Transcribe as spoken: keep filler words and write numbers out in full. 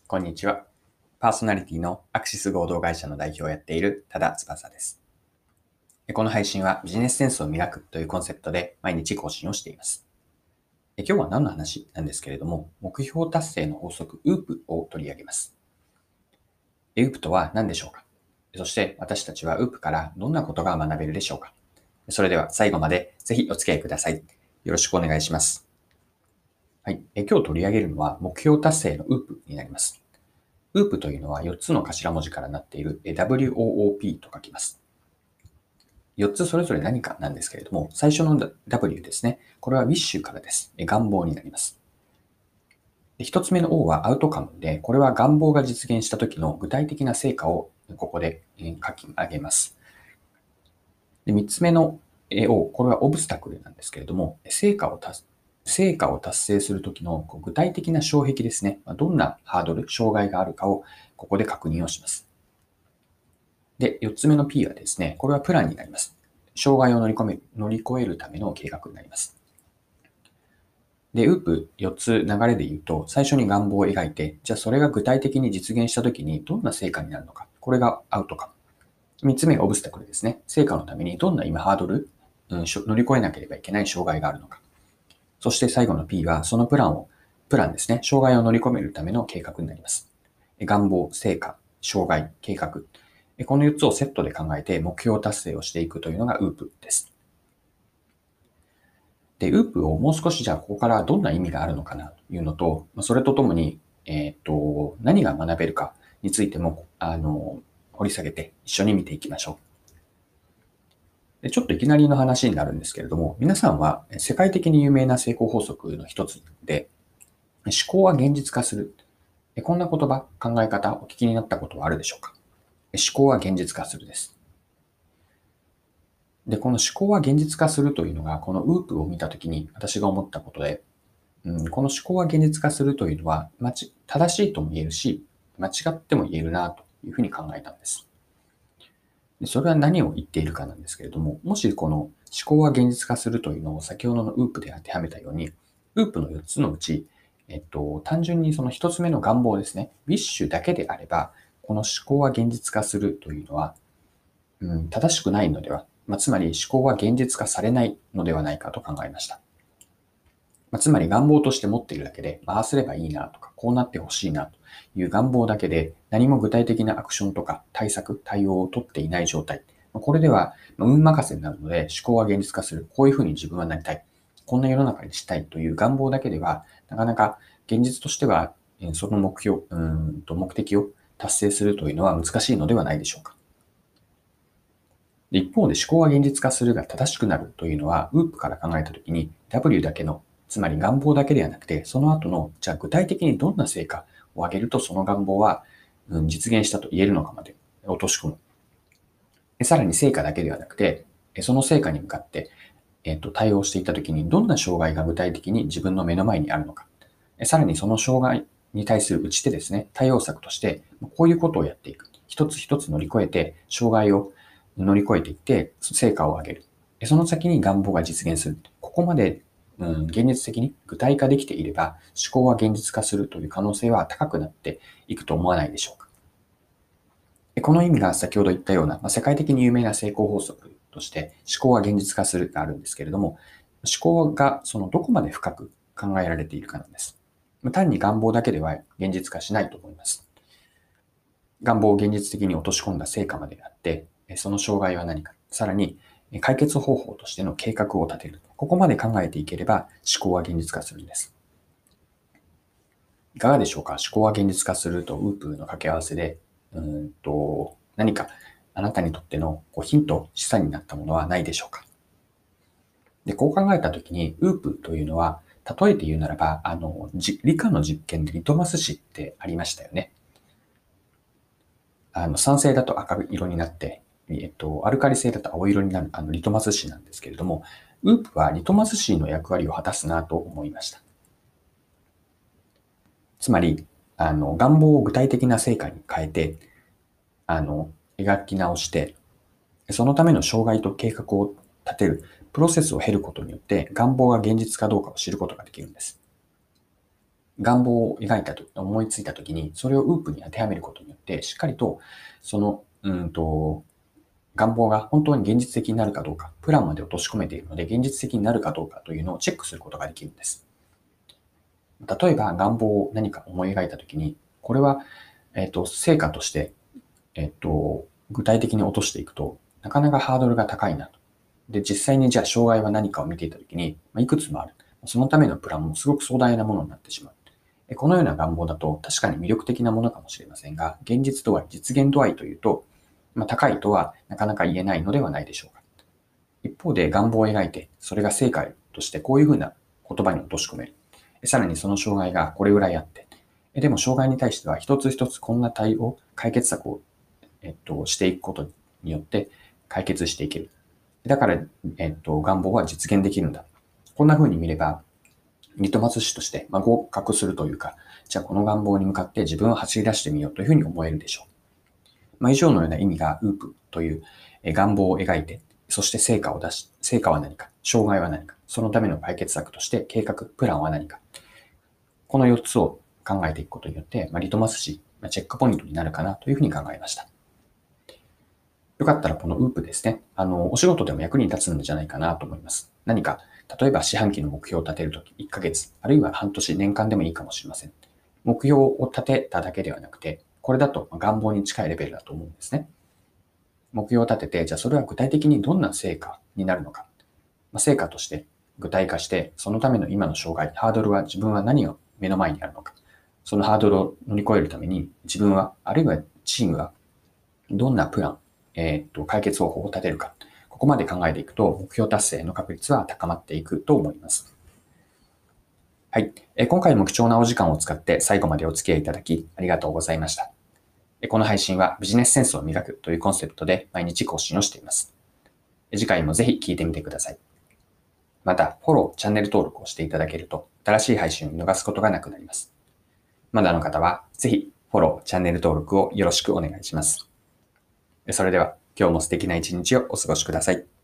こんにちは。パーソナリティのアクシス合同会社の代表をやっている多田翼です。この配信はビジネスセンスを磨くというコンセプトで毎日更新をしています。今日は何の話なんですけれども、目標達成の法則 ウープ を取り上げます。ウープ とは何でしょうか？そして私たちは ウープ からどんなことが学べるでしょうか？それでは最後までぜひお付き合いください。よろしくお願いします。はい、今日取り上げるのは目標達成の ウープ になります。ウープ というのはよっつの頭文字からなっている ダブリューオーオーピー と書きます。よっつそれぞれ何かなんですけれども、最初の W ですね。これは Wish からです。願望になります。ひとつめの O はアウトカムで、これは願望が実現した時の具体的な成果をここで書き上げます。でみっつめの O、これはオブスタクルなんですけれども、成果を達成果を達成するときの具体的な障壁ですね。どんなハードル、障害があるかをここで確認をします。で、よっつめの P はですね、これはプランになります。障害を乗り込め乗り越えるための計画になります。で、ウープよっつ流れで言うと、最初に願望を描いて、じゃあそれが具体的に実現したときにどんな成果になるのか。これがアウトカム。みっつめがオブスタクルですね。成果のためにどんな今ハードル、うん、乗り越えなければいけない障害があるのか。そして最後の P はそのプランを、プランですね。障害を乗り込めるための計画になります。願望、成果、障害、計画。このよっつをセットで考えて目標達成をしていくというのが ウープ です。で、ウープをもう少しじゃあここからどんな意味があるのかなというのと、それとともに、えっと、何が学べるかについても、あの、掘り下げて一緒に見ていきましょう。でちょっといきなりの話になるんですけれども、皆さんは世界的に有名な成功法則の一つで、思考は現実化する。こんな言葉、考え方、お聞きになったことはあるでしょうか？思考は現実化するです。で、この思考は現実化するというのが、このウープを見たときに私が思ったことで、うん、この思考は現実化するというのは、間ち正しいとも言えるし、間違っても言えるなというふうに考えたんです。でそれは何を言っているかなんですけれども、もしこの思考は現実化するというのを先ほどのウープで当てはめたように、ウープのよっつのうち、えっと、単純にそのひとつめの願望ですね、ウィッシュだけであれば、この思考は現実化するというのは、うん、正しくないのでは、まあ、つまり思考は現実化されないのではないかと考えました。まあ、つまり願望として持っているだけで、ああすればいいなとか、こうなってほしいなという願望だけで、何も具体的なアクションとか対策、対応を取っていない状態。これでは、運任せになるので、思考は現実化する。こういうふうに自分はなりたい。こんな世の中にしたいという願望だけでは、なかなか現実としては、その目標、うんと目的を達成するというのは難しいのではないでしょうか。一方で思考は現実化するが正しくなるというのは、ウープから考えたときに ダブリュー だけの、つまり願望だけではなくて、その後の、じゃあ具体的にどんな成果を上げるとその願望は、うん、実現したと言えるのかまで落とし込む。さらに成果だけではなくて、その成果に向かって、えっと、対応していったときにどんな障害が具体的に自分の目の前にあるのか。さらにその障害に対する打ち手ですね、対応策として、こういうことをやっていく。一つ一つ乗り越えて、障害を乗り越えていって、成果を上げる。その先に願望が実現する。ここまで、うん、現実的に具体化できていれば、思考は現実化するという可能性は高くなっていくと思わないでしょうか。この意味が先ほど言ったような、まあ、世界的に有名な成功法則として、思考は現実化するがあるんですけれども、思考がそのどこまで深く考えられているかなんです。単に願望だけでは現実化しないと思います。願望を現実的に落とし込んだ成果まであって、その障害は何か、さらに解決方法としての計画を立てる。ここまで考えていければ思考は現実化するんです。いかがでしょうか？思考は現実化するとウープの掛け合わせで、うんと何かあなたにとってのこうヒント、示唆になったものはないでしょうか？で、こう考えたときに、ウープというのは、例えて言うならば、あの、理科の実験でリトマス紙ってありましたよね。あの、酸性だと赤色になって、えっと、アルカリ性だと青色になる、あの、リトマス紙なんですけれども、ウープはリトマス紙の役割を果たすなと思いました。つまり、あの、願望を具体的な成果に変えて、あの、描き直して、そのための障害と計画を立てるプロセスを経ることによって、願望が現実かどうかを知ることができるんです。 願望を描いたと、思いついたときに、それをウープに当てはめることによって、しっかりと、その、うんと、願望が本当に現実的になるかどうか、プランまで落とし込めているので、現実的になるかどうかというのをチェックすることができるんです。例えば、願望を何か思い描いたときに、これは、えっと、成果として、えっと、具体的に落としていくと、なかなかハードルが高いなと。で、実際にじゃあ障害は何かを見ていたときに、まあ、いくつもある。そのためのプランもすごく壮大なものになってしまう。このような願望だと確かに魅力的なものかもしれませんが、現実度合い、実現度合いというと、まあ、高いとはなかなか言えないのではないでしょうか。一方で願望を描いて、それが成果としてこういうふうな言葉に落とし込める。さらにその障害がこれぐらいあって、でも障害に対しては一つ一つこんな対応、解決策を、えっと、していくことによって解決していける。だから、えっと、願望は実現できるんだ。こんな風に見れば、リトマス紙として、まあ、合格するというか、じゃあこの願望に向かって自分を走り出してみようというふうに思えるでしょう。まあ、以上のような意味がウープという願望を描いて、そして成果を出し、成果は何か、障害は何か、そのための解決策として計画、プランは何か。このよっつを考えていくことによって、まあ、リトマス紙、まあ、チェックポイントになるかなというふうに考えました。よかったらこのウープですね、あの、お仕事でも役に立つんじゃないかなと思います。何か、例えば四半期の目標を立てるとき、いっかげつ、あるいは半年、年間でもいいかもしれません。目標を立てただけではなくて、これだと願望に近いレベルだと思うんですね。目標を立てて、じゃあそれは具体的にどんな成果になるのか。まあ、成果として具体化して、そのための今の障害、ハードルは自分は何が目の前にあるのか。そのハードルを乗り越えるために、自分は、あるいはチームは、どんなプラン、えっと、解決方法を立てるか。ここまで考えていくと、目標達成の確率は高まっていくと思います。はい。今回も貴重なお時間を使って最後までお付き合いいただきありがとうございました。この配信はビジネスセンスを磨くというコンセプトで毎日更新をしています。次回もぜひ聞いてみてください。また、フォロー、チャンネル登録をしていただけると新しい配信を見逃すことがなくなります。まだの方はぜひフォロー、チャンネル登録をよろしくお願いします。それでは今日も素敵な一日をお過ごしください。